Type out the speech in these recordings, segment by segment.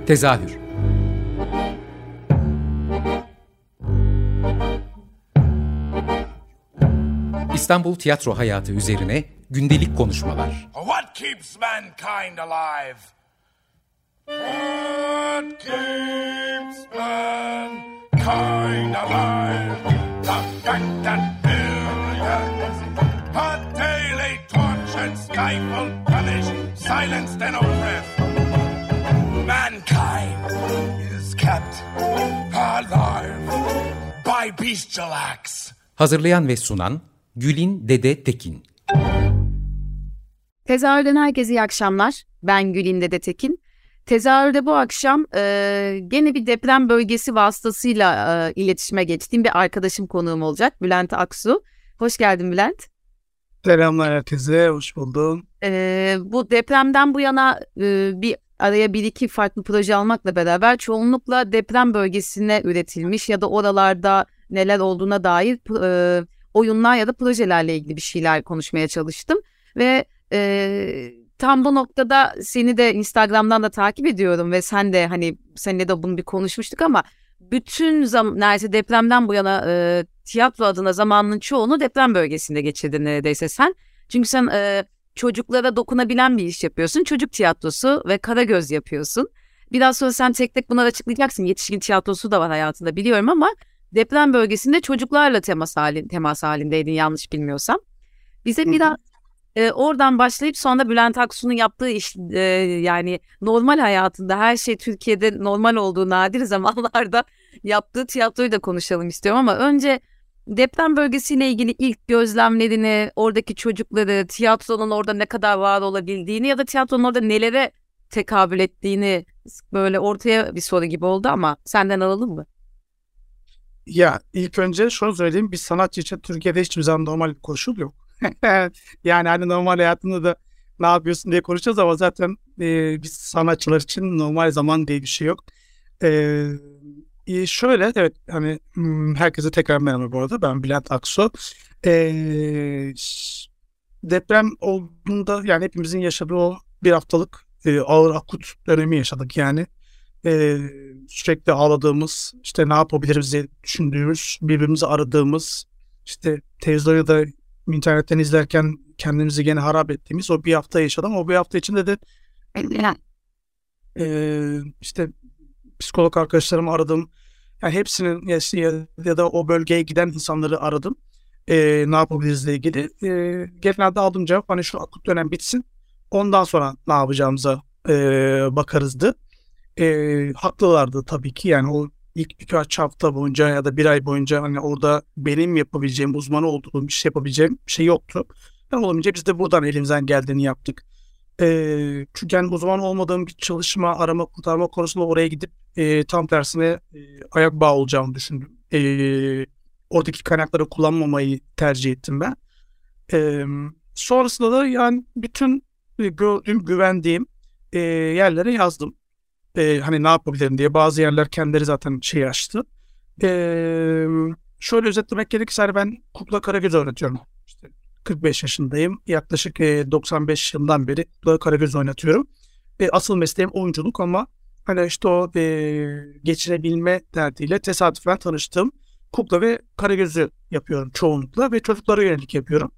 Tezahür. İstanbul tiyatro hayatı üzerine gündelik konuşmalar. What keeps mankind alive? What keeps mankind alive? The fact that billions are daily tortured, stifled, punished, silenced and oppressed. Mankind is kept alive by bestial acts. Hazırlayan ve sunan Gülin Dede Tekin. Tezahürden herkese iyi akşamlar. Ben Gülin Dede Tekin. Tezahürde bu akşam gene bir deprem bölgesi vasıtasıyla iletişime geçtiğim bir arkadaşım konuğum olacak. Bülent Aksu. Hoş geldin Bülent. Selamlar herkese, hoş buldum. Bu depremden bu yana bir araya bir iki farklı proje almakla beraber çoğunlukla deprem bölgesine üretilmiş ya da oralarda neler olduğuna dair oyunlar ya da projelerle ilgili bir şeyler konuşmaya çalıştım. Ve tam bu noktada seni de Instagram'dan da takip ediyorum ve sen de hani seninle de bunu bir konuşmuştuk ama bütün neredeyse depremden bu yana tiyatro adına zamanının çoğunu deprem bölgesinde geçirdin neredeyse sen. Çünkü sen çocuklara dokunabilen bir iş yapıyorsun. Çocuk tiyatrosu ve Karagöz yapıyorsun. Biraz sonra sen tek tek bunları açıklayacaksın. Yetişkin tiyatrosu da var hayatında biliyorum ama deprem bölgesinde çocuklarla temas halindeydin yanlış bilmiyorsam. Bize biraz oradan başlayıp sonra Bülent Aksu'nun yaptığı iş yani normal hayatında her şey Türkiye'de normal olduğu nadir zamanlarda yaptığı tiyatroyu da konuşalım istiyorum ama önce deprem bölgesiyle ilgili ilk gözlemlerini, oradaki çocukları, tiyatronun orada ne kadar var olabildiğini ya da tiyatronun orada nelere tekabül ettiğini böyle ortaya bir soru gibi oldu ama senden alalım mı? Ya ilk önce şunu söyleyeyim, bir sanatçı için Türkiye'de hiçbir zaman normal bir koşul yok. Yani hani normal hayatında da ne yapıyorsun diye konuşacağız ama zaten biz sanatçılar için normal zaman diye bir şey yok. Şöyle evet hani herkese tekrar merhaba bu arada, ben Bülent Aksu. Deprem olduğunda yani hepimizin yaşadığı o bir haftalık ağır akut dönemi yaşadık yani. Sürekli ağladığımız, işte ne yapabiliriz diye düşündüğümüz, birbirimizi aradığımız, işte televizyonda ya da internetten izlerken kendimizi gene harap ettiğimiz o bir hafta yaşadım. O bir hafta içinde de işte psikolog arkadaşlarımı aradım. Yani hepsinin ya da o bölgeye giden insanları aradım. Ne yapabiliriz ile ilgili. Genelde aldığım cevap hani şu akut dönem bitsin. Ondan sonra ne yapacağımıza bakarızdı. Haklılardı tabii ki, yani o ilk birkaç hafta boyunca ya da bir ay boyunca hani orada benim yapabileceğim, uzman olduğum bir şey yapabileceğim bir şey yoktu. Ben olamayınca biz de buradan elimizden geldiğini yaptık. Çünkü yani uzman olmadığım bir çalışma, arama kurtarma konusunda oraya gidip tam tersine ayak bağı olacağımı düşündüm. Oradaki kaynakları kullanmamayı tercih ettim ben. Sonrasında da yani bütün gördüğüm, güvendiğim yerlere yazdım. Hani ne yapabilirim diye. Bazı yerler kendileri zaten şey açtı. Şöyle özetlemek gerekirse hani ben kukla Karagöz öğretiyorum. İşte 45 yaşındayım. Yaklaşık 95 yıldan beri kukla Karagöz oynatıyorum. Asıl mesleğim oyunculuk ama hani işte o geçirebilme derdiyle tesadüfen tanıştığım kukla ve Karagöz'ü yapıyorum çoğunlukla ve çocuklara yönelik yapıyorum.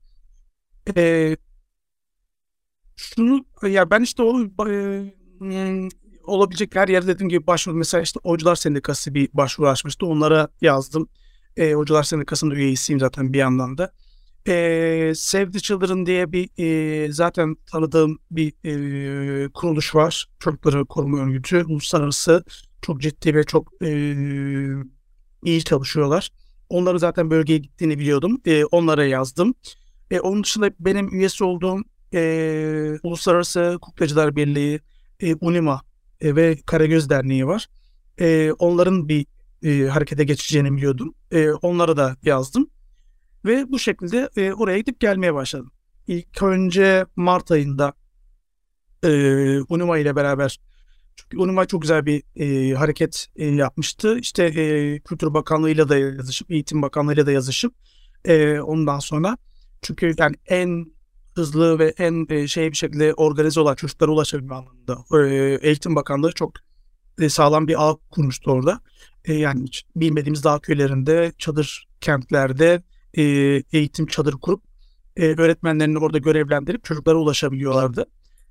Şunu ya ben işte o olabilecek her yerde dediğim gibi başvuru, mesela işte Oyuncular Sendikası bir başvuru açmıştı. Onlara yazdım. Oyuncular Sendikası'nın üyesiyim zaten bir yandan da. Save the Children diye bir zaten tanıdığım bir kuruluş var. Çocukları koruma örgütü. Uluslararası, çok ciddi ve çok iyi çalışıyorlar. Onların zaten bölgeye gittiğini biliyordum. Onlara yazdım. Onun dışında benim üyesi olduğum Uluslararası Kuklacılar Birliği, UNIMA ve Karagöz Derneği var. Onların bir harekete geçeceğini biliyordum. Onlara da yazdım. Ve bu şekilde oraya gidip gelmeye başladım. İlk önce Mart ayında UNIMA ile beraber, çünkü UNIMA çok güzel bir hareket yapmıştı. İşte Kültür Bakanlığı'yla da yazışıp, Eğitim Bakanlığı'yla da yazışıp ondan sonra, çünkü yani en hızlı ve en bir şekilde organize olan çocuklara ulaşabilme anlamında Eğitim Bakanlığı çok sağlam bir ağ kurmuştu orada. Yani hiç bilmediğimiz dağ köylerinde, çadır kentlerde eğitim çadırı kurup öğretmenlerini orada görevlendirip çocuklara ulaşabiliyorlardı.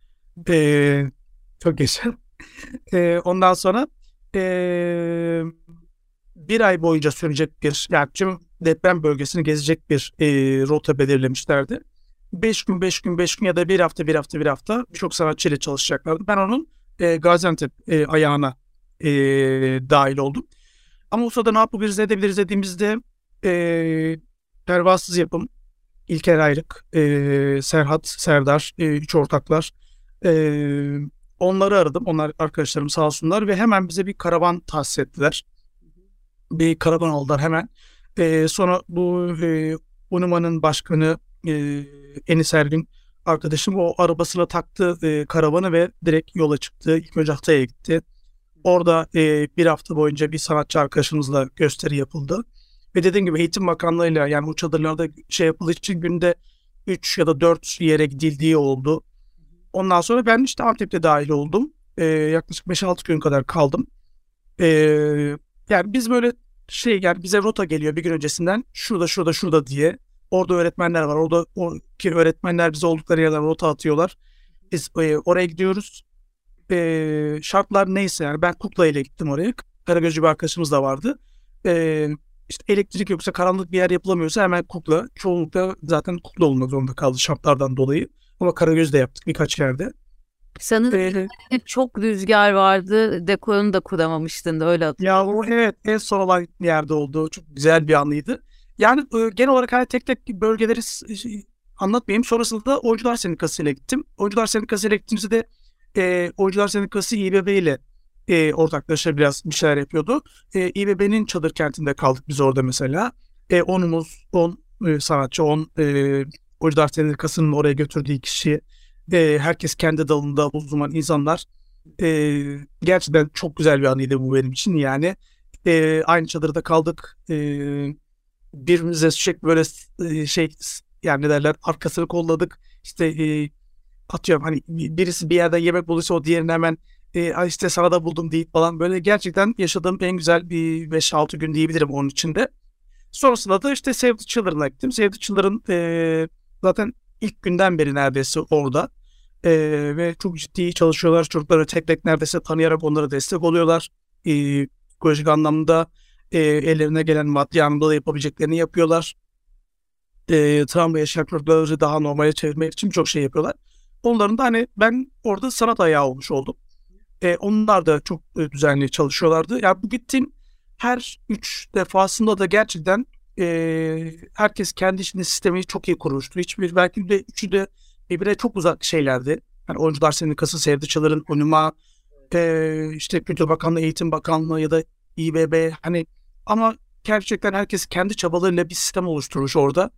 Çok güzel. Ondan sonra bir ay boyunca sürecek bir, yani tüm deprem bölgesini gezecek bir rota belirlemişlerdi. 5 gün, 5 gün, 5 gün ya da bir hafta, bir hafta, bir hafta birçok sanatçıyla çalışacaklardı. Ben onun Gaziantep ayağına dahil oldum. Ama o sırada ne yapabiliriz, ne edebiliriz dediğimizde Pervasız Yapım, İlker Ayrık, Serhat, Serdar, üç ortaklar. Onları aradım. Onlar arkadaşlarım sağ olsunlar ve hemen bize bir karavan tahsis ettiler. Bir karavan aldılar hemen. Sonra bu UNIMA'nın başkanı Enis Ergün arkadaşım o arabasına taktı karavanı ve direkt yola çıktı. İlk önce Hatay'a gitti. Orada bir hafta boyunca bir sanatçı arkadaşımızla gösteri yapıldı. Ve dediğim gibi Eğitim Bakanlığı'yla, yani bu çadırlarda yapıldığı için günde 3 ya da 4 yere gidildiği oldu. Ondan sonra ben işte Antep'te dahil oldum. Yaklaşık 5-6 gün kadar kaldım. Yani biz böyle yani bize rota geliyor bir gün öncesinden, şurada diye. Orada öğretmenler var. Orada ki öğretmenler bize oldukları yerden rota atıyorlar. Biz oraya gidiyoruz. Şartlar neyse, yani ben kukla ile gittim oraya. Karagözcü bir arkadaşımız da vardı. İşte elektrik yoksa, karanlık bir yer yapılamıyorsa hemen kukla. Çoğunlukla zaten kukla olmak zorunda kaldı şartlardan dolayı. Ama Karagöz de yaptık birkaç yerde. Sanırım çok rüzgar vardı. Dekorunu da kuramamıştın da, öyle hatırlıyorum. Ya evet, en son olan yerde oldu. Çok güzel bir anıydı. Yani genel olarak hani tek tek bölgeleri anlatmayayım. Sonrasında da Oyuncular Sendikası ile gittim. Oyuncular Sendikası ile gittiğimizde Oyuncular Sendikası İBB ile ortaklaşa biraz bir şeyler yapıyordu. İBB'nin çadır kentinde kaldık biz orada mesela. 10 sanatçı, 10 Oyuncular Sendikası'nın oraya götürdüğü kişi, herkes kendi dalında uzman insanlar. Gerçekten çok güzel bir anıydı bu benim için. Yani aynı çadırda kaldık. Birbirimize sürekli böyle yani ne derler, arkasını kolladık. İşte atıyorum, hani birisi bir yerden yemek bulursa o diğerine hemen işte sana da buldum deyip falan, böyle gerçekten yaşadığım en güzel bir 5-6 gün diyebilirim onun içinde. Sonrasında da işte Save the Children'a gittim. Save the Children zaten ilk günden beri neredeyse orada. Ve çok ciddi çalışıyorlar. Çocukları tek tek neredeyse tanıyarak onlara destek oluyorlar. Psikolojik anlamda ellerine gelen maddi anlamda da yapabileceklerini yapıyorlar. Travma yaşayan çocukları daha normale çevirmek için çok şey yapıyorlar. Onların da hani ben orada sanat ayağı olmuş oldum. Onlar da çok düzenli çalışıyorlardı. Yani bu gittiğim her 3 defasında da gerçekten herkes kendi içinde sistemi çok iyi kurmuştu. Belki de üçü de birbirine çok uzak şeylerdi. Yani Oyuncular Sendikası, Sevdiçilerin, UNIMA, işte Kültür Bakanlığı, Eğitim Bakanlığı ya da İBB, hani ama gerçekten herkes kendi çabalarıyla bir sistem oluşturmuş orada.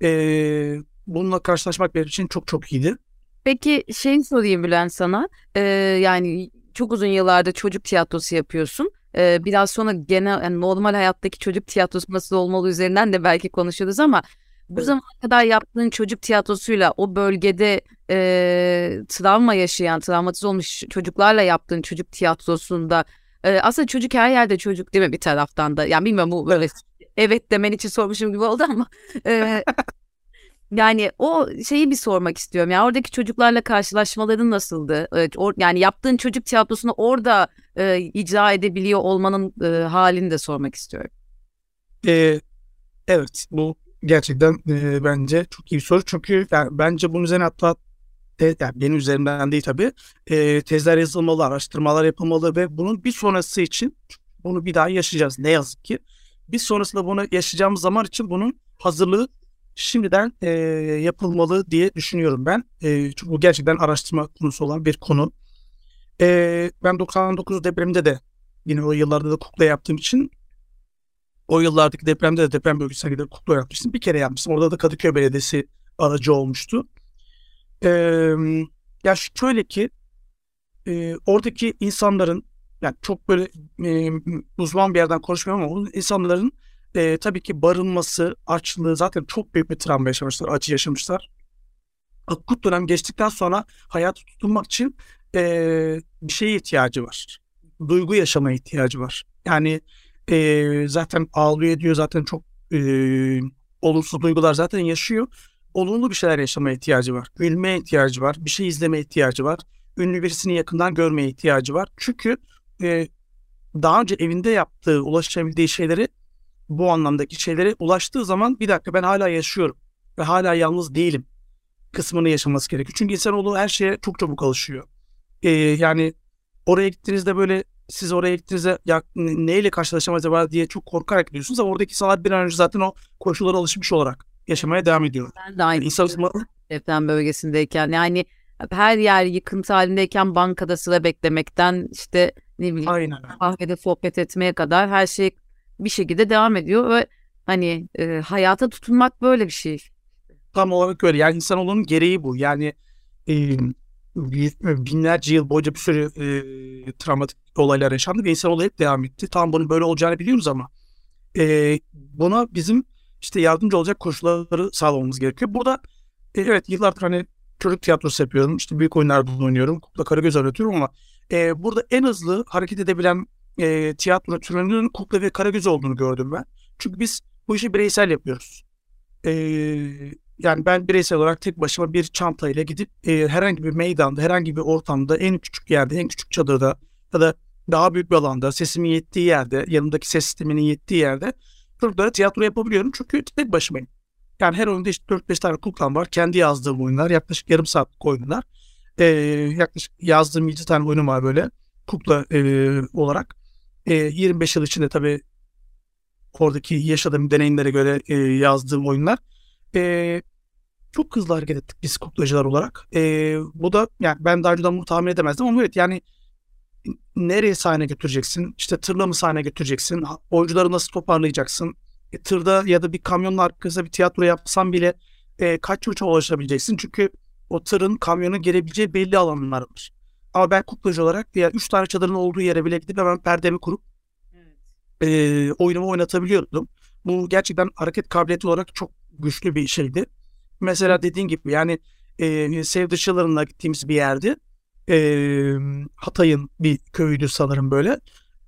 Bununla karşılaşmak benim için çok çok iyiydi. Peki sorayım Bülent sana. Yani çok uzun yıllarda çocuk tiyatrosu yapıyorsun. Biraz sonra genel, yani normal hayattaki çocuk tiyatrosu nasıl olmalı üzerinden de belki konuşuruz ama bu zamana kadar yaptığın çocuk tiyatrosuyla o bölgede travma yaşayan, travmatize olmuş çocuklarla yaptığın çocuk tiyatrosunda aslında çocuk her yerde çocuk değil mi bir taraftan da? Yani bilmiyorum, bu böyle evet demen için sormuşum gibi oldu ama yani o şeyi bir sormak istiyorum. Yani oradaki çocuklarla karşılaşmaların nasıldı? Yani yaptığın çocuk tiyatrosunu orada icra edebiliyor olmanın halini de sormak istiyorum. Evet, bu gerçekten bence çok iyi bir soru. Çünkü yani bence bunun üzerine hatta yani benim üzerimden değil tabii, tezler yazılmalı, araştırmalar yapılmalı ve bunun bir sonrası için bunu bir daha yaşayacağız ne yazık ki. Bir sonrasında bunu yaşayacağımız zaman için bunun hazırlığı şimdiden yapılmalı diye düşünüyorum ben. Çünkü bu gerçekten araştırma konusu olan bir konu. Ben 99 depreminde de yine o yıllarda da kukla yaptığım için o yıllardaki depremde de deprem bölgesine gidip kukla yapmıştım. Bir kere yapmıştım. Orada da Kadıköy Belediyesi aracı olmuştu. Ya şöyle ki oradaki insanların, yani çok böyle uzman bir yerden konuşmuyorum ama insanların tabii ki barınması, açlığı, zaten çok büyük bir travma yaşamışlar, acı yaşamışlar. Akut dönem geçtikten sonra hayatı tutunmak için bir şeye ihtiyacı var. duygu yaşamaya ihtiyacı var. Yani zaten ağlıyor diyor, zaten çok olumsuz duygular zaten yaşıyor. Olumlu bir şeyler yaşamaya ihtiyacı var. Gülmeye ihtiyacı var. Bir şey izlemeye ihtiyacı var. Ünlü birisini yakından görmeye ihtiyacı var. Çünkü daha önce evinde yaptığı, ulaşabildiği şeyleri, bu anlamdaki şeylere ulaştığı zaman bir dakika ben hala yaşıyorum ve hala yalnız değilim kısmını yaşaması gerekiyor. Çünkü insanoğlu her şeye çok çabuk alışıyor. Yani oraya gittiğinizde böyle, siz oraya gittiğinizde ya neyle karşılaşacağım acaba diye çok korkarak gidiyorsunuz ama oradaki insanlar bir an önce zaten o koşullara alışmış olarak yaşamaya devam ediyor. Ben de aynı İnsan deprem bölgesindeyken, yani her yer yıkıntı halindeyken bankada sıra beklemekten işte ne bileyim aynen. kahvede sohbet etmeye kadar her şey bir şekilde devam ediyor ve hani hayata tutunmak böyle bir şey. Tam olarak öyle. Yani insanoğlunun gereği bu. Yani binlerce yıl boyunca bir sürü travmatik olaylar yaşandı ve insanoğlu hep devam etti. Tamam, bunun böyle olacağını biliyoruz ama buna bizim işte yardımcı olacak koşulları sağlamamız gerekiyor. Burada evet, yıllardır hani çocuk tiyatrosu yapıyorum. İşte büyük oyunlarda oynuyorum. Kukla Karagöz öğretiyorum ama burada en hızlı hareket edebilen tiyatro türünün Kukla ve Karagöz olduğunu gördüm ben. Çünkü biz bu işi bireysel yapıyoruz. Yani ben bireysel olarak tek başıma bir çantayla gidip herhangi bir meydanda, herhangi bir ortamda, en küçük yerde, en küçük çadırda ya da daha büyük bir alanda, sesimin yettiği yerde, yanındaki ses sisteminin yettiği yerde çocuklara tiyatro yapabiliyorum. Çünkü tek başımayım. Yani her oyunda işte 4-5 tane kuklam var. Kendi yazdığım oyunlar. Yaklaşık yarım saatlik oyunlar. Yaklaşık yazdığım 7 tane oyunum var böyle kukla olarak. 25 yıl içinde tabii oradaki yaşadığım deneyimlere göre yazdığım oyunlar. Çok hızlı hareket ettik biz kuklacılar olarak. Bu da yani ben daha önceden bunu tahmin edemezdim ama evet, yani nereye sahne götüreceksin? İşte tırla mı sahne götüreceksin? Oyuncuları nasıl toparlayacaksın? Tırda ya da bir kamyonun arkasında bir tiyatro yapsan bile kaç çocuğa ulaşabileceksin? Çünkü o tırın, kamyonun gelebileceği belli alanlar var. Ama ben kuklacı olarak ya 3 tane çadırın olduğu yere bile gidip hemen perdemi kurup oyunumu oynatabiliyordum. Bu gerçekten hareket kabiliyeti olarak çok güçlü bir şeydi. Mesela dediğin gibi yani Save the Children'la gittiğimiz bir yerdi. Hatay'ın bir köyüydü sanırım böyle.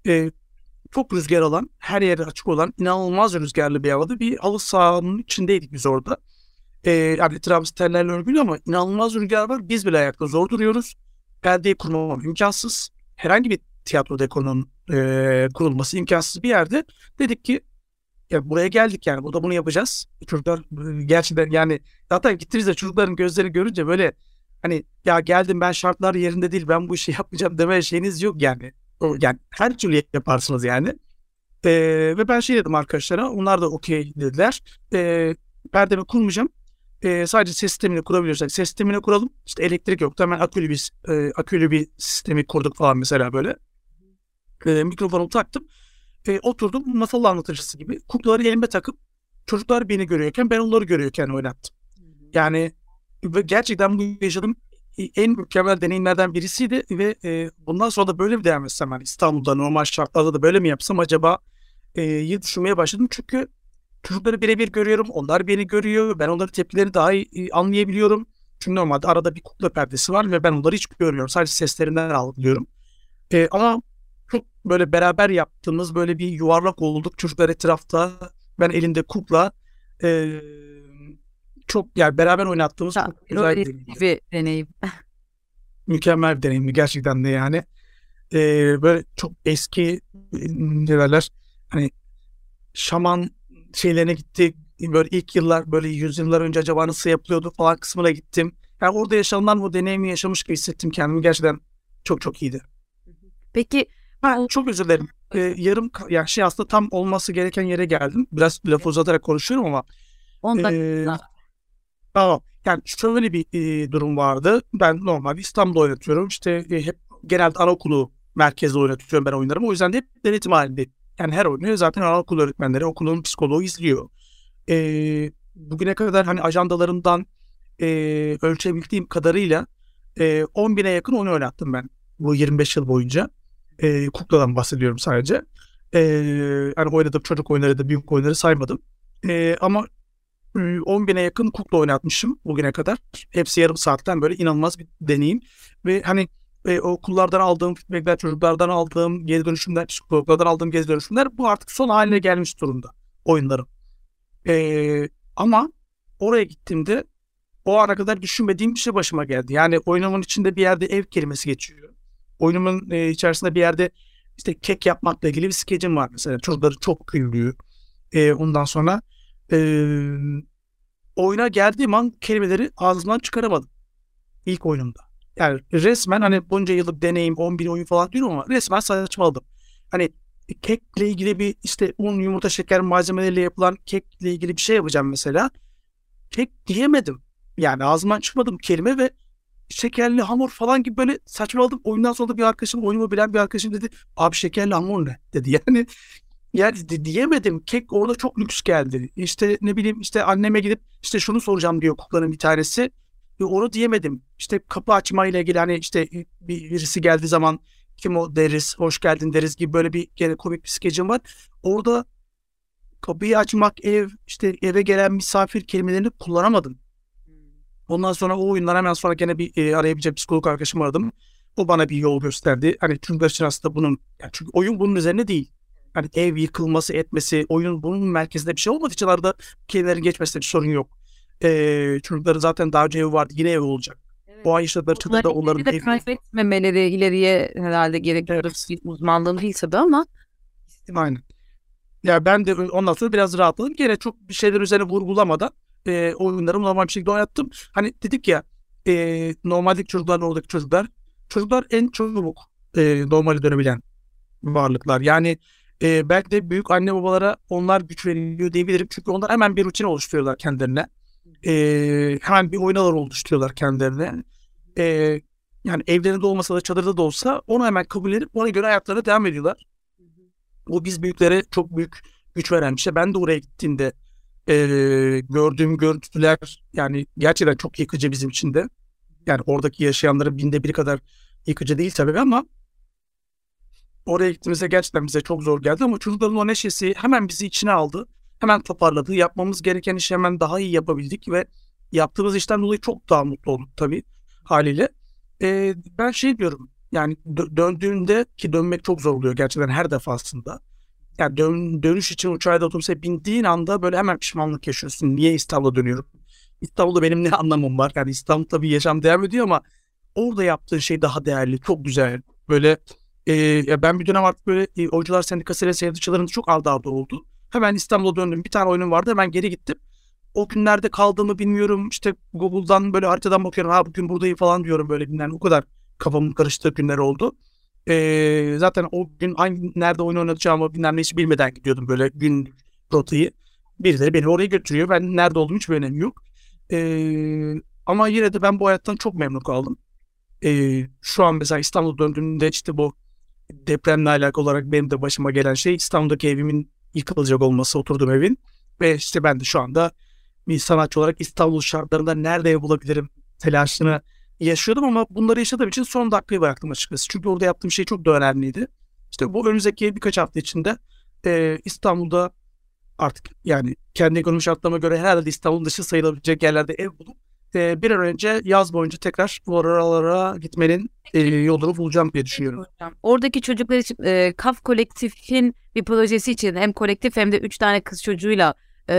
Çok rüzgar alan, her yere açık olan, inanılmaz rüzgarlı bir havada bir halı sahanın içindeydik biz orada. Yani etrafımız tellerle örgülü ama inanılmaz rüzgar var. Biz bile ayakta zor duruyoruz. Perdeyi kurmam imkansız. Herhangi bir tiyatro dekorunun kurulması imkansız bir yerde. Dedik ki ya buraya geldik, yani burada bunu yapacağız. Çocuklar gerçekten yani zaten gittiğinizde çocukların gözleri görünce böyle hani ya geldim ben, şartlar yerinde değil, ben bu işi yapmayacağım deme şeyiniz yok yani. Yani her türlü yaparsınız yani. Ve ben şey dedim arkadaşlara, onlar da okey dediler. Perdemi kurmayacağım. Sadece ses sistemini kurabiliyorsak ses sistemini kuralım. İşte elektrik yoktu, hemen akülü bir sistemi kurduk falan mesela böyle. Mikrofonu taktım. Oturdum masal anlatıcısı gibi kuklaları elime takıp çocuklar beni görüyorken ben onları görüyorken oynattım. Yani ve gerçekten bu yaşadığım en mükemmel deneyimlerden birisiydi ve bundan sonra da böyle mi devam etsem, hani İstanbul'da normal şartlarda da böyle mi yapsam acaba diye düşünmeye başladım. Çünkü çocukları birebir görüyorum, onlar beni görüyor, ben onların tepkilerini daha iyi anlayabiliyorum. Çünkü normalde arada bir kukla perdesi var ve ben onları hiç görmüyorum, sadece seslerinden algılıyorum. Ama çok böyle beraber yaptığımız böyle bir yuvarlak olduk. Çocuklar etrafta, ben elinde kukla. Çok yani beraber oynattığımız çok güzel bir deneyim. Mükemmel bir deneyimdi gerçekten de yani. Böyle çok eski ne derler, hani şaman şeylerine gittik. Böyle ilk yıllar, böyle yüzyıllar önce acaba nasıl yapılıyordu falan kısmına gittim. Yani orada yaşanılan bu deneyimi yaşamış gibi hissettim kendimi. Gerçekten çok çok iyiydi. Peki çok özür dilerim. Yani aslında tam olması gereken yere geldim. Biraz lafı uzatarak konuşuyorum ama. 10 dakika. Tamam. Yani şöyle bir durum vardı. Ben normalde İstanbul'da oynatıyorum. İşte hep genelde anaokulu merkezde oynatıyorum ben oyunlarımı. O yüzden de hep denetim halinde. Yani her oyunu zaten anaokulu öğretmenleri, okulun psikoloğu izliyor. Bugüne kadar hani ajandalarımdan ölçebildiğim kadarıyla 10.000'e yakın oyun oynattım ben bu 25 yıl boyunca. Kukladan bahsediyorum sadece. Yani oynadığım çocuk oyunları da büyük oyunları saymadım. Ama 10.000'e yakın kukla oynatmışım bugüne kadar. Hepsi yarım saatten, böyle inanılmaz bir deneyim. Ve hani okullardan aldığım feedbackler, çocuklardan aldığım geri dönüşümler, psikologlardan aldığım geri dönüşümler bu artık son haline gelmiş durumda oyunlarım. Ama oraya gittiğimde o ana kadar düşünmediğim bir şey başıma geldi. Yani oyunumun içinde bir yerde ev kelimesi geçiyor. Oyunumun içerisinde bir yerde işte kek yapmakla ilgili bir skecim var mesela. Çocukları çok kıyılıyor. Ondan sonra oyuna geldiğim an kelimeleri ağzımdan çıkaramadım. İlk oyunumda. Yani resmen hani bunca yıllık deneyim 11 oyun falan diyorum ama resmen saçmaladım. Hani kekle ilgili bir işte un, yumurta, şeker malzemeleriyle yapılan kekle ilgili bir şey yapacağım mesela. Kek diyemedim. Yani ağzımdan çıkmadı bu kelime ve şekerli hamur falan gibi böyle saçmaladım. Oyundan sonra da bir arkadaşım, oyunumu bilen bir arkadaşım dedi. Abi şekerli hamur ne? Dedi. Yani diyemedim. Kek orada çok lüks geldi. İşte ne bileyim işte anneme gidip işte şunu soracağım diyor kuklanın bir tanesi. Onu diyemedim. İşte kapı açmayla ilgili hani işte birisi geldiği zaman kim o deriz, hoş geldin deriz gibi böyle bir gene komik bir skecim var. Orada kapıyı açmak, ev, işte eve gelen misafir kelimelerini kullanamadım. Ondan sonra o oyundan hemen sonra gene bir arayabileceğim psikolog arkadaşımı aradım. O bana bir yol gösterdi. Hani çocuklar için aslında bunun, yani çünkü oyun bunun üzerine değil. Hani ev yıkılması, etmesi, oyun bunun merkezinde bir şey olmadığı için arada kelimelerin geçmesinde bir sorun yok. Çocukların zaten daha önce evi vardı, yine ev olacak. Evet. O an yaşadıkları çocuklar onların de kaybetmemeleri ileriye herhalde gerekiyordu. Evet. Bir uzmanlığım değil tabii ama. Aynen. Ya ben de ondan sonra biraz rahatladım. Gene çok bir şeyler üzerine vurgulamadan oyunlarımı normal bir şekilde oynattım. Hani dedik ya normaldeki çocuklar, oradaki çocuklar en çabuk normale dönebilen varlıklar. Yani belki de büyük anne babalara onlar güç veriyor diyebilirim. Çünkü onlar hemen bir rutin oluşturuyorlar kendilerine. Hemen bir oyun oluşturuyorlar kendilerine. E, Yani evlerinde olmasa da çadırda da olsa onu hemen kabul edip ona göre hayatlarına devam ediyorlar. O biz büyüklere çok büyük güç veren bir şey. Ben de oraya gittiğimde gördüğüm görüntüler yani gerçekten çok yıkıcı bizim için de. Yani oradaki yaşayanların 1/1000 kadar yıkıcı değil tabii ama oraya gittiğimizde gerçekten bize çok zor geldi ama çocukların o neşesi hemen bizi içine aldı. Hemen toparladı. Yapmamız gereken işi hemen daha iyi yapabildik ve yaptığımız işten dolayı çok daha mutlu olduk tabii haliyle. Ben şey diyorum yani döndüğünde ki dönmek çok zor oluyor gerçekten her defasında. Yani dönüş için uçağa da otobüse bindiğin anda böyle hemen pişmanlık yaşıyorsun. Niye İstanbul'a dönüyorum? İstanbul'da benim ne anlamım var? Yani İstanbul'da bir yaşam devam ediyor ama orada yaptığın şey daha değerli, çok güzel. Böyle ya ben bir dönem artık böyle Oyuncular Sendikası ile sevdicelerinde çok arda arda oldu. Hemen İstanbul'a döndüm. Bir tane oyunum vardı. Hemen geri gittim. O günlerde kaldığımı bilmiyorum. İşte Google'dan böyle haritadan bakıyorum. Ha bugün buradayım falan diyorum böyle günler. O kadar kafamın karıştığı günler oldu. Zaten o gün nerede oyun oynayacağımı bilmem ne hiç bilmeden gidiyordum böyle gün rotayı. Birileri beni oraya götürüyor. Ben nerede olduğum hiçbir önemi yok. Ama yine de ben bu hayattan çok memnun kaldım. Şu an mesela İstanbul'a döndüğümde işte bu depremle alakalı olarak benim de başıma gelen şey İstanbul'daki evimin yıkılacak olması, oturduğum evin. Ve işte ben de şu anda bir sanatçı olarak İstanbul şartlarında nerede ev bulabilirim telaşını yaşıyordum ama bunları yaşadığım için son dakikayı bıraktım açıkçası. Çünkü orada yaptığım şey çok da önemliydi. İşte bu önümüzdeki birkaç hafta içinde İstanbul'da artık yani kendi ekonomi şartlarıma göre herhalde İstanbul dışı sayılabilecek yerlerde ev bulup bir an önce yaz boyunca tekrar bu oralara gitmenin yolunu bulacağım diye düşünüyorum. Oradaki çocuklar için KAF Kolektif'in bir projesi için hem kolektif hem de 3 tane kız çocuğuyla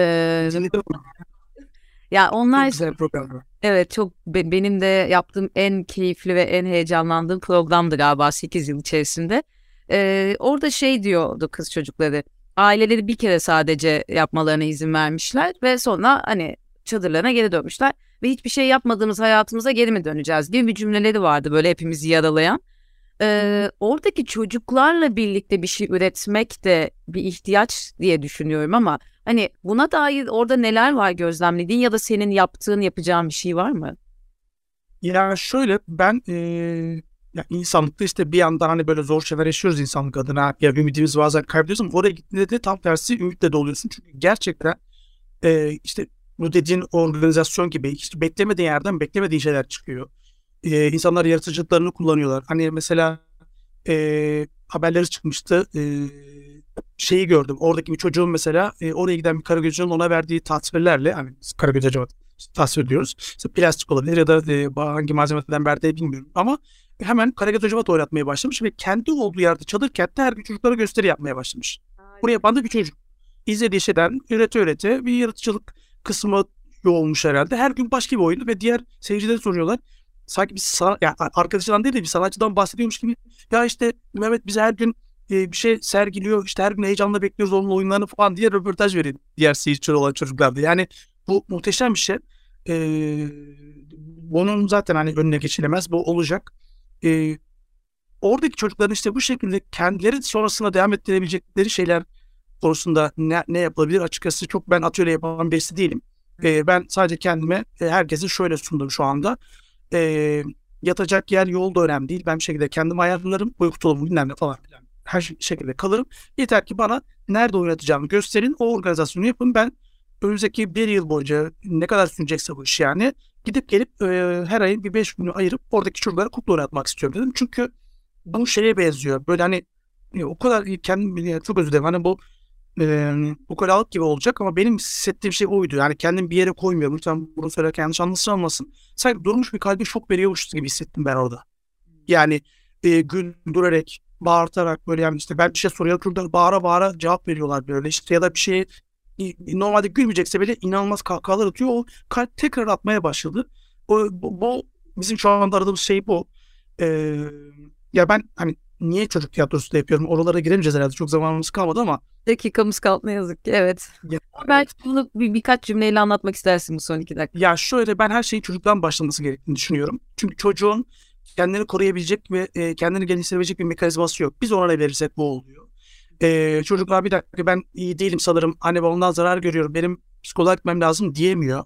ya onlar Çok güzel program. evet çok benim de yaptığım en keyifli ve en heyecanlandığım programdı galiba 8 yıl içerisinde. Orada şey diyordu kız çocukları. Aileleri bir kere sadece yapmalarına izin vermişler ve sonra hani çadırlarına geri dönmüşler ve hiçbir şey yapmadığımız hayatımıza geri mi döneceğiz gibi bir cümleleri vardı böyle hepimizi yaralayan. Oradaki çocuklarla birlikte bir şey üretmek de bir ihtiyaç diye düşünüyorum ama hani buna dair orada neler var gözlemlediğin ya da senin yapacağın bir şey var mı? Ya şöyle ben ya insanlıkta işte bir yandan hani böyle zor şeyler yaşıyoruz insanlık adına ya ümidimizi bazen kaybediyoruz ama oraya gittiğinde de tam tersi ümitle doluyorsun çünkü gerçekten işte bu dediğin organizasyon gibi işte beklemediğin yerden beklemediğin şeyler çıkıyor. İnsanlar yaratıcılıklarını kullanıyorlar. Hani mesela haberleri çıkmıştı. Şeyi gördüm. Oradaki bir çocuğun mesela oraya giden bir karagözcünün ona verdiği tasvirlerle hani karagöz acaba tasvir diyoruz. İşte plastik olabilir ya da hangi malzemeden verdiği bilmiyorum. Ama hemen Karagöz Hacivat oynatmaya başlamış ve kendi olduğu yerde Çadır Kent'te her gün çocuklara gösteri yapmaya başlamış. Bunu yapan da bir çocuk. İzlediği şeyden öğrete bir yaratıcılık kısmı yoğunmuş herhalde. Her gün başka bir oyunu ve diğer seyircilere soruyorlar. Sanki bir yani arkadaşından değil de bir sanatçıdan bahsediyormuş gibi. Ya işte Mehmet bize her gün bir şey sergiliyor. İşte her gün heyecanla bekliyoruz onun oyunlarını falan diye röportaj veriyor diğer seyirciler olan çocuklar da. Yani bu muhteşem bir şey. Bunun zaten hani önüne geçilemez. Bu olacak. Oradaki çocukların işte bu şekilde kendileri sonrasında devam ettirebilecekleri şeyler konusunda ne yapılabilir? Açıkçası çok ben atölye yapan birisi değilim. Ben sadece kendime herkese şöyle sundum şu anda. Yatacak yer, yol da önemli değil. Ben bir şekilde kendimi ayarlarım. Uyku tulumu bilmem ne falan filan. Her şekilde kalırım. Yeter ki bana nerede oynatacağımı gösterin. O organizasyonu yapın. Ben önümüzdeki bir yıl boyunca ne kadar sürecekse bu iş yani gidip gelip her ayın bir 5 günü ayırıp oradaki çocuklara kukla oynatmak istiyorum dedim. Çünkü bu şeye benziyor. Böyle hani o kadar kendim çok özür dilerim. Hani bu ukalalık gibi olacak ama benim hissettiğim şey oydu. Yani kendimi bir yere koymuyorum. Lütfen bunu söylerken yanlış anlaşılmasın. Sanki durmuş bir kalbi şok veriyormuş gibi hissettim ben orada. Yani güldürerek, bağırtarak böyle yani işte ben bir şey soruyorum. Çocuklar bağıra bağıra cevap veriyorlar böyle işte ya da bir şey normalde gülmeyecekse bile inanılmaz kahkahalar atıyor. O kalp tekrar atmaya başladı. Bu bizim şu anda aradığımız şey bu. Ya ben hani niye çocuk tiyatrosu da yapıyorum? Oralara giremeyeceğiz herhalde. Çok zamanımız kalmadı ama. Dakikamız kaldı ne yazık ki. Evet. Ya, Belki bunu birkaç cümleyle anlatmak istersin bu son 2 dakika. Ya şöyle ben her şeyin çocuktan başlaması gerektiğini düşünüyorum. Çünkü çocuğun kendini koruyabilecek ve kendini geliştirebilecek bir mekanizması yok. Biz ona ne verirsek bu oluyor. Çocuklar bir dakika ben iyi değilim sanırım. Anne babamdan zarar görüyorum. Benim psikoloğa gitmem lazım diyemiyor.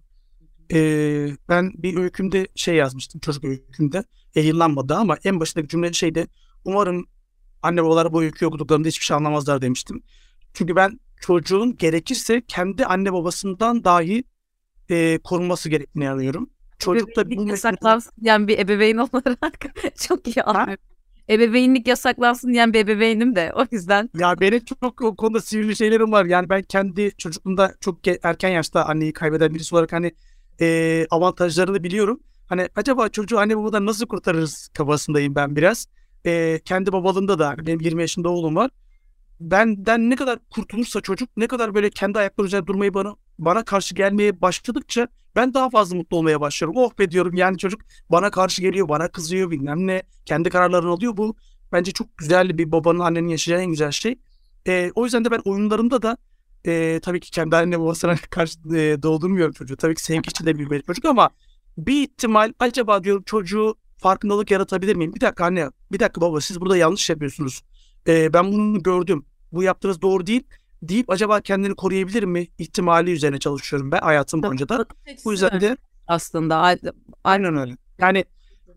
Ben bir öykümde şey yazmıştım. Çocuk öykümde. Yayınlanmadı ama en başındaki cümle şeyde umarım anne babalar bu öyküyü okuduklarında hiçbir şey anlamazlar demiştim. Çünkü ben çocuğun gerekirse kendi anne babasından dahi korunması gerektiğini inanıyorum. Çocuk da bu yasaklansın diyen bir ebeveyn olarak çok iyi anlıyorum. Ebeveynlik yasaklansın diyen bir ebeveynim de o yüzden. Ya benim çok o konuda sivri şeylerim var. Yani ben kendi çocukluğumda çok erken yaşta anneyi kaybeden birisi olarak hani avantajlarını biliyorum. Hani acaba çocuğu anne babadan nasıl kurtarırız kafasındayım ben biraz. Kendi babalığımda da benim 20 yaşında oğlum var. Benden ne kadar kurtulursa çocuk ne kadar böyle kendi ayakları üzerinde durmayı bana karşı gelmeye başladıkça ben daha fazla mutlu olmaya başlıyorum. Oh be diyorum yani çocuk bana karşı geliyor, bana kızıyor bilmem ne. Kendi kararlarını alıyor. Bu bence çok güzel bir babanın annenin yaşayacağı en güzel şey. O yüzden de ben oyunlarımda da tabii ki kendi anne babasına karşı doldurmuyorum çocuğu. Tabii ki sevgi içinde büyümeli çocuk ama bir ihtimal acaba diyorum çocuğu farkındalık yaratabilir miyim? Bir dakika anne, bir dakika baba siz burada yanlış yapıyorsunuz. Ben bunu gördüm. Bu yaptığınız doğru değil deyip acaba kendini koruyabilir mi ihtimali üzerine çalışıyorum ben hayatım boyunca da. Bu yüzden de aslında aynen öyle. Yani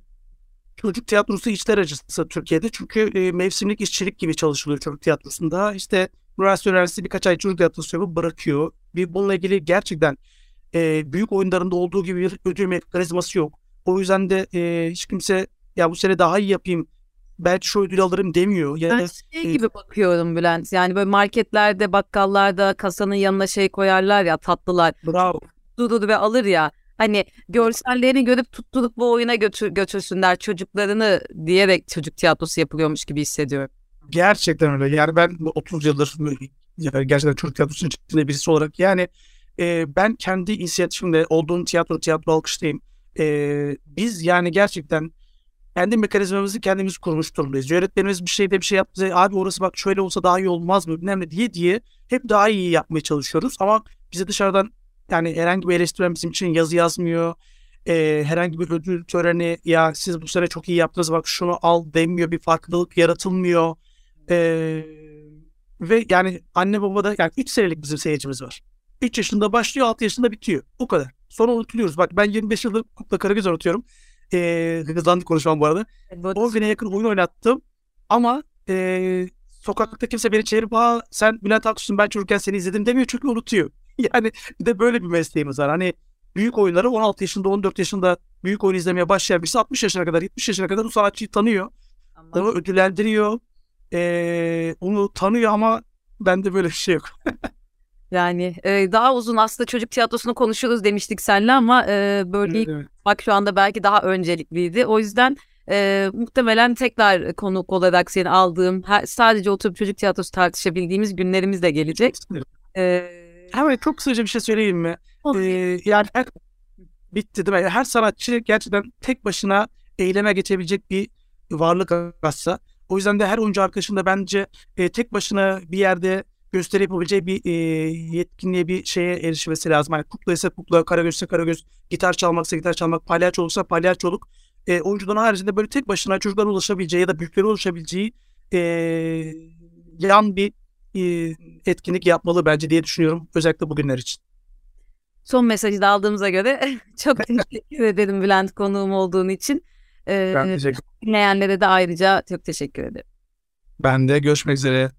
çocuk tiyatrosu içler acısı Türkiye'de. Çünkü mevsimlik işçilik gibi çalışılıyor çocuk tiyatrosunda. İşte üniversite öğrencisi birkaç ay çocuk tiyatrosu yapıp bırakıyor. Bununla ilgili gerçekten büyük oyunlarında olduğu gibi bir ödül mekanizması yok. O yüzden de hiç kimse ya bu sene daha iyi yapayım belki şu ödül alırım demiyor. Ben gibi bakıyorum Bülent. Yani böyle marketlerde, bakkallarda kasanın yanına şey koyarlar ya tatlılar. Bravo. Dudu ve alır ya. Hani görsellerini görüp tutturup bu oyuna götürsünler çocuklarını diyerek çocuk tiyatrosu yapılıyormuş gibi hissediyorum. Gerçekten öyle. Yani ben 30 yıldır gerçekten çocuk tiyatrosunun içinde birisi olarak yani ben kendi inisiyatifimle olduğum tiyatro alkıştayım. Biz yani gerçekten kendi mekanizmamızı kendimiz kurmuş durumdayız. Yönetmenimiz bir şey yaptı. Abi orası bak şöyle olsa daha iyi olmaz mı? Bilmem ne diye hep daha iyi yapmaya çalışıyoruz. Ama bize dışarıdan yani herhangi bir eleştiren bizim için yazı yazmıyor. Herhangi bir ödül töreni ya siz bu sene çok iyi yaptınız bak şunu al demiyor. Bir farklılık yaratılmıyor. Ve yani anne baba da yani 3 senelik bizim seyircimiz var. 3 yaşında başlıyor 6 yaşında bitiyor. O kadar. Sonra unutuluyoruz. Bak ben 25 yıldır Kukla Karagöz oynatıyorum. Hızlandı konuşmam bu arada. 10 bine yakın oyun oynattım. Ama sokakta kimse beni çevirip sen Bülent Aksu'sun ben çocukken seni izledim demiyor çünkü unutuyor. Yani bir de böyle bir mesleğimiz var. Hani büyük oyunları 16 yaşında 14 yaşında büyük oyun izlemeye başlayan birisi 60 yaşına kadar 70 yaşına kadar o sanatçıyı tanıyor. Onu ödüllendiriyor. Onu tanıyor ama bende böyle bir şey yok. Yani daha uzun aslında çocuk tiyatrosunu konuşuruz demiştik seninle ama böyle evet. Bak şu anda belki daha öncelikliydi. O yüzden Muhtemelen tekrar konuk olarak seni aldığım, sadece oturup çocuk tiyatrosu tartışabildiğimiz günlerimiz de gelecek. Hemen çok kısaca bir şey söyleyeyim mi? Yani bitti değil mi? Her sanatçı gerçekten tek başına eyleme geçebilecek bir varlık aslında. O yüzden de her oyuncu arkadaşın da bence tek başına bir yerde gösteri yapabileceği bir yetkinliğe, bir şeye erişmesi lazım. Yani kukla ise kukla, karagöz ise karagöz, gitar çalmaksa gitar çalmak, palyaçoluksa palyaçoluk. Oyuncudan haricinde böyle tek başına çocuklara ulaşabileceği ya da büyüklere ulaşabileceği yan bir etkinlik yapmalı bence diye düşünüyorum. Özellikle bugünler için. Son mesajı da aldığımıza göre çok teşekkür ederim Bülent, konuğum olduğun için. Ben teşekkür ederim. Dinleyenlere de ayrıca çok teşekkür ederim. Ben de görüşmek üzere.